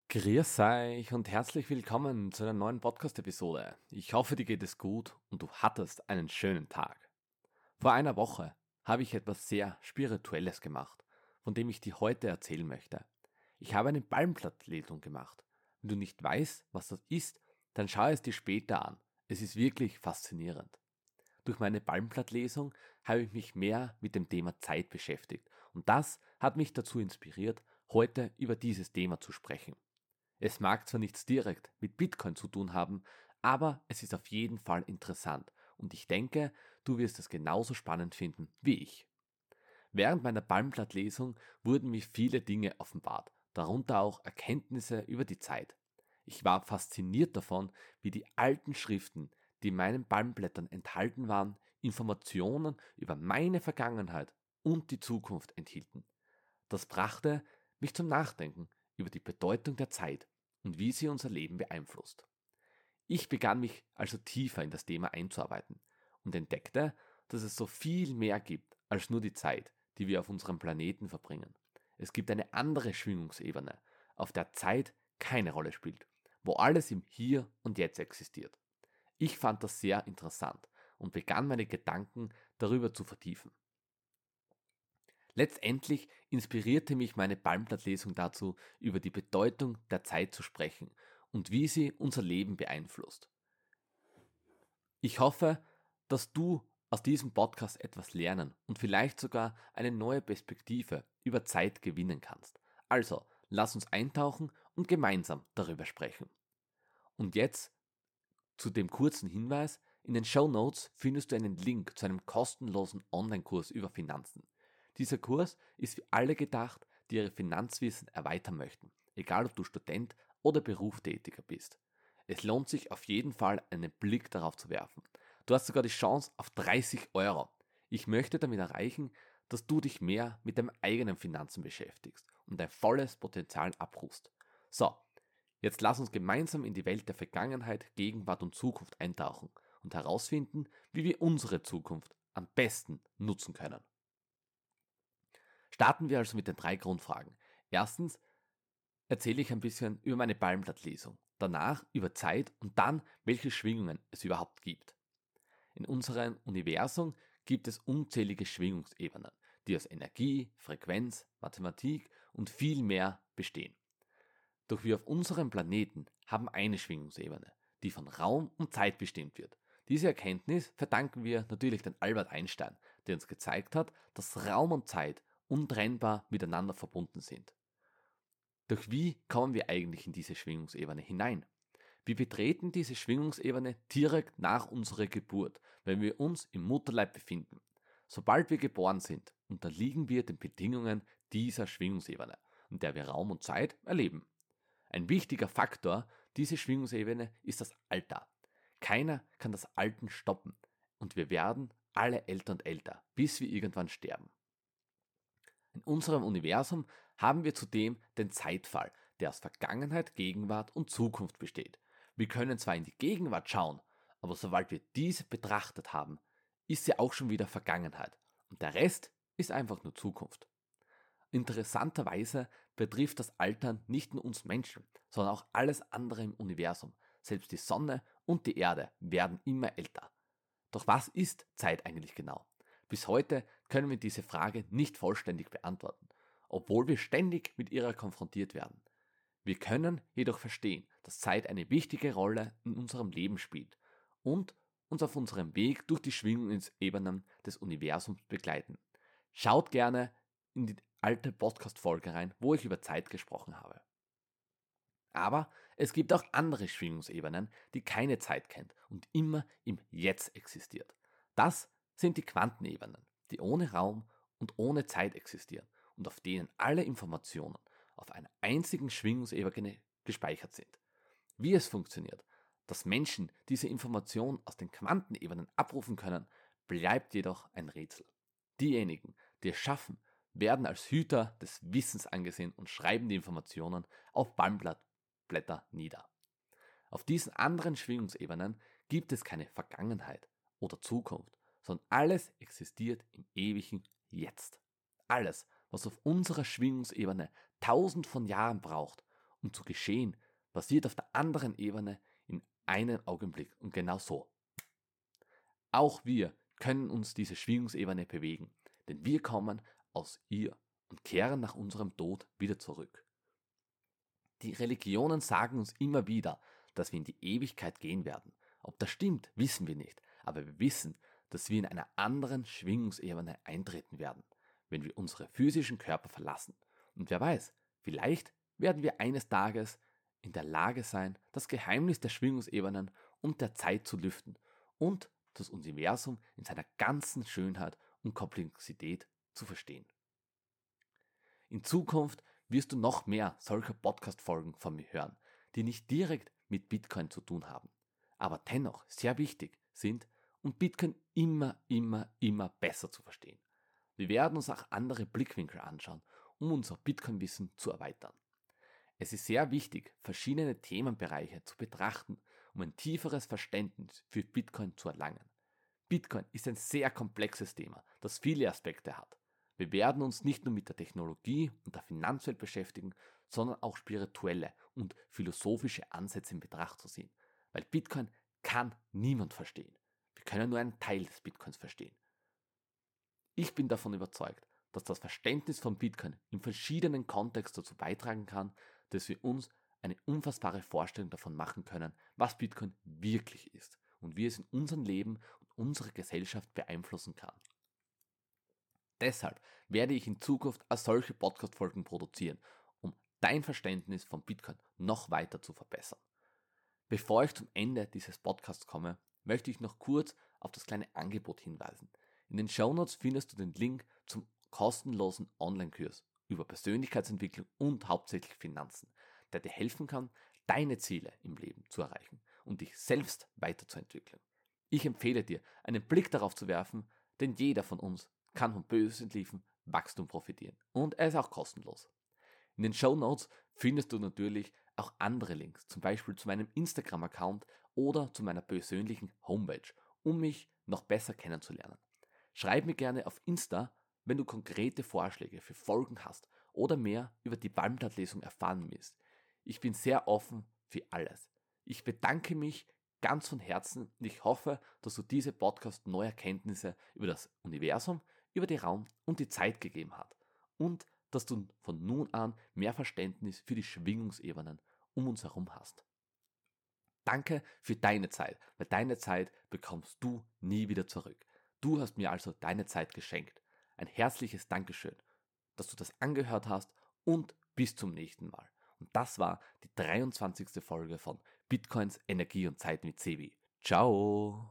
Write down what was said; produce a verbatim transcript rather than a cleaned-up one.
Grüß euch und herzlich willkommen zu einer neuen Podcast-Episode. Ich hoffe, dir geht es gut und du hattest einen schönen Tag. Vor einer Woche habe ich etwas sehr Spirituelles gemacht, von dem ich dir heute erzählen möchte. Ich habe eine Palmblattlesung gemacht. Wenn du nicht weißt, was das ist, dann schau es dir später an. Es ist wirklich faszinierend. Durch meine Palmblattlesung habe ich mich mehr mit dem Thema Zeit beschäftigt und das hat mich dazu inspiriert, heute über dieses Thema zu sprechen. Es mag zwar nichts direkt mit Bitcoin zu tun haben, aber es ist auf jeden Fall interessant und ich denke, du wirst es genauso spannend finden wie ich. Während meiner Palmblattlesung wurden mir viele Dinge offenbart, darunter auch Erkenntnisse über die Zeit. Ich war fasziniert davon, wie die alten Schriften, die in meinen Palmblättern enthalten waren, Informationen über meine Vergangenheit und die Zukunft enthielten. Das brachte mich zum Nachdenken über die Bedeutung der Zeit und wie sie unser Leben beeinflusst. Ich begann mich also tiefer in das Thema einzuarbeiten und entdeckte, dass es so viel mehr gibt als nur die Zeit, die wir auf unserem Planeten verbringen. Es gibt eine andere Schwingungsebene, auf der Zeit keine Rolle spielt, wo alles im Hier und Jetzt existiert. Ich fand das sehr interessant und begann meine Gedanken darüber zu vertiefen. Letztendlich inspirierte mich meine Palmblattlesung dazu, über die Bedeutung der Zeit zu sprechen und wie sie unser Leben beeinflusst. Ich hoffe, dass du aus diesem Podcast etwas lernen und vielleicht sogar eine neue Perspektive über Zeit gewinnen kannst. Also, lass uns eintauchen und gemeinsam darüber sprechen. Und jetzt zu dem kurzen Hinweis: In den Show Notes findest du einen Link zu einem kostenlosen Online-Kurs über Finanzen. Dieser Kurs ist für alle gedacht, die ihre Finanzwissen erweitern möchten, egal ob du Student oder Berufstätiger bist. Es lohnt sich auf jeden Fall, einen Blick darauf zu werfen. Du hast sogar die Chance auf dreißig Euro. Ich möchte damit erreichen, dass du dich mehr mit deinen eigenen Finanzen beschäftigst und dein volles Potenzial abrufst. So, jetzt lass uns gemeinsam in die Welt der Vergangenheit, Gegenwart und Zukunft eintauchen und herausfinden, wie wir unsere Zukunft am besten nutzen können. Starten wir also mit den drei Grundfragen. Erstens erzähle ich ein bisschen über meine Palmblattlesung, danach über Zeit und dann, welche Schwingungen es überhaupt gibt. In unserem Universum gibt es unzählige Schwingungsebenen, die aus Energie, Frequenz, Mathematik und viel mehr bestehen. Doch wir auf unserem Planeten haben eine Schwingungsebene, die von Raum und Zeit bestimmt wird. Diese Erkenntnis verdanken wir natürlich dem Albert Einstein, der uns gezeigt hat, dass Raum und Zeit untrennbar miteinander verbunden sind. Doch wie kommen wir eigentlich in diese Schwingungsebene hinein? Wir betreten diese Schwingungsebene direkt nach unserer Geburt, wenn wir uns im Mutterleib befinden. Sobald wir geboren sind, unterliegen wir den Bedingungen dieser Schwingungsebene, in der wir Raum und Zeit erleben. Ein wichtiger Faktor dieser Schwingungsebene ist das Alter. Keiner kann das Alten stoppen und wir werden alle älter und älter, bis wir irgendwann sterben. In unserem Universum haben wir zudem den Zeitfall, der aus Vergangenheit, Gegenwart und Zukunft besteht. Wir können zwar in die Gegenwart schauen, aber sobald wir diese betrachtet haben, ist sie auch schon wieder Vergangenheit und der Rest ist einfach nur Zukunft. Interessanterweise betrifft das Altern nicht nur uns Menschen, sondern auch alles andere im Universum. Selbst die Sonne und die Erde werden immer älter. Doch was ist Zeit eigentlich genau? Bis heute können wir diese Frage nicht vollständig beantworten, obwohl wir ständig mit ihrer konfrontiert werden. Wir können jedoch verstehen, dass Zeit eine wichtige Rolle in unserem Leben spielt und uns auf unserem Weg durch die Schwingungsebenen des Universums begleiten. Schaut gerne in die alte Podcast-Folge rein, wo ich über Zeit gesprochen habe. Aber es gibt auch andere Schwingungsebenen, die keine Zeit kennt und immer im Jetzt existiert. Das sind die Quantenebenen, die ohne Raum und ohne Zeit existieren und auf denen alle Informationen auf einer einzigen Schwingungsebene gespeichert sind. Wie es funktioniert, dass Menschen diese Information aus den Quantenebenen abrufen können, bleibt jedoch ein Rätsel. Diejenigen, die es schaffen, werden als Hüter des Wissens angesehen und schreiben die Informationen auf Palmblätter nieder. Auf diesen anderen Schwingungsebenen gibt es keine Vergangenheit oder Zukunft, sondern alles existiert im ewigen Jetzt. Alles, was auf unserer Schwingungsebene tausend von Jahren braucht, und zu geschehen, passiert auf der anderen Ebene in einem Augenblick und genau so. Auch wir können uns diese Schwingungsebene bewegen, denn wir kommen aus ihr und kehren nach unserem Tod wieder zurück. Die Religionen sagen uns immer wieder, dass wir in die Ewigkeit gehen werden. Ob das stimmt, wissen wir nicht, aber wir wissen, dass wir in einer anderen Schwingungsebene eintreten werden, wenn wir unsere physischen Körper verlassen. Und wer weiß, vielleicht werden wir eines Tages in der Lage sein, das Geheimnis der Schwingungsebenen und der Zeit zu lüften und das Universum in seiner ganzen Schönheit und Komplexität zu verstehen. In Zukunft wirst du noch mehr solcher Podcast-Folgen von mir hören, die nicht direkt mit Bitcoin zu tun haben, aber dennoch sehr wichtig sind, um Bitcoin immer, immer, immer besser zu verstehen. Wir werden uns auch andere Blickwinkel anschauen, um unser Bitcoin-Wissen zu erweitern. Es ist sehr wichtig, verschiedene Themenbereiche zu betrachten, um ein tieferes Verständnis für Bitcoin zu erlangen. Bitcoin ist ein sehr komplexes Thema, das viele Aspekte hat. Wir werden uns nicht nur mit der Technologie und der Finanzwelt beschäftigen, sondern auch spirituelle und philosophische Ansätze in Betracht zu ziehen. Weil Bitcoin kann niemand verstehen. Wir können nur einen Teil des Bitcoins verstehen. Ich bin davon überzeugt, dass das Verständnis von Bitcoin in verschiedenen Kontexten dazu beitragen kann, dass wir uns eine unfassbare Vorstellung davon machen können, was Bitcoin wirklich ist und wie es in unserem Leben und unsere Gesellschaft beeinflussen kann. Deshalb werde ich in Zukunft auch solche Podcast-Folgen produzieren, um dein Verständnis von Bitcoin noch weiter zu verbessern. Bevor ich zum Ende dieses Podcasts komme, möchte ich noch kurz auf das kleine Angebot hinweisen. In den Shownotes findest du den Link zum kostenlosen Online-Kurs über Persönlichkeitsentwicklung und hauptsächlich Finanzen, der dir helfen kann, deine Ziele im Leben zu erreichen und dich selbst weiterzuentwickeln. Ich empfehle dir, einen Blick darauf zu werfen, denn jeder von uns kann vom positiven Wachstum profitieren und er ist auch kostenlos. In den Shownotes findest du natürlich auch andere Links, zum Beispiel zu meinem Instagram-Account oder zu meiner persönlichen Homepage, um mich noch besser kennenzulernen. Schreib mir gerne auf Insta, wenn du konkrete Vorschläge für Folgen hast oder mehr über die Palmblattlesung erfahren willst. Ich bin sehr offen für alles. Ich bedanke mich ganz von Herzen und ich hoffe, dass du diese Podcast neue Erkenntnisse über das Universum, über den Raum und die Zeit gegeben hat und dass du von nun an mehr Verständnis für die Schwingungsebenen um uns herum hast. Danke für deine Zeit, weil deine Zeit bekommst du nie wieder zurück. Du hast mir also deine Zeit geschenkt. Ein herzliches Dankeschön, dass du das angehört hast und bis zum nächsten Mal. Und das war die dreiundzwanzigste Folge von Bitcoins, Energie und Zeit mit Sebi. Ciao!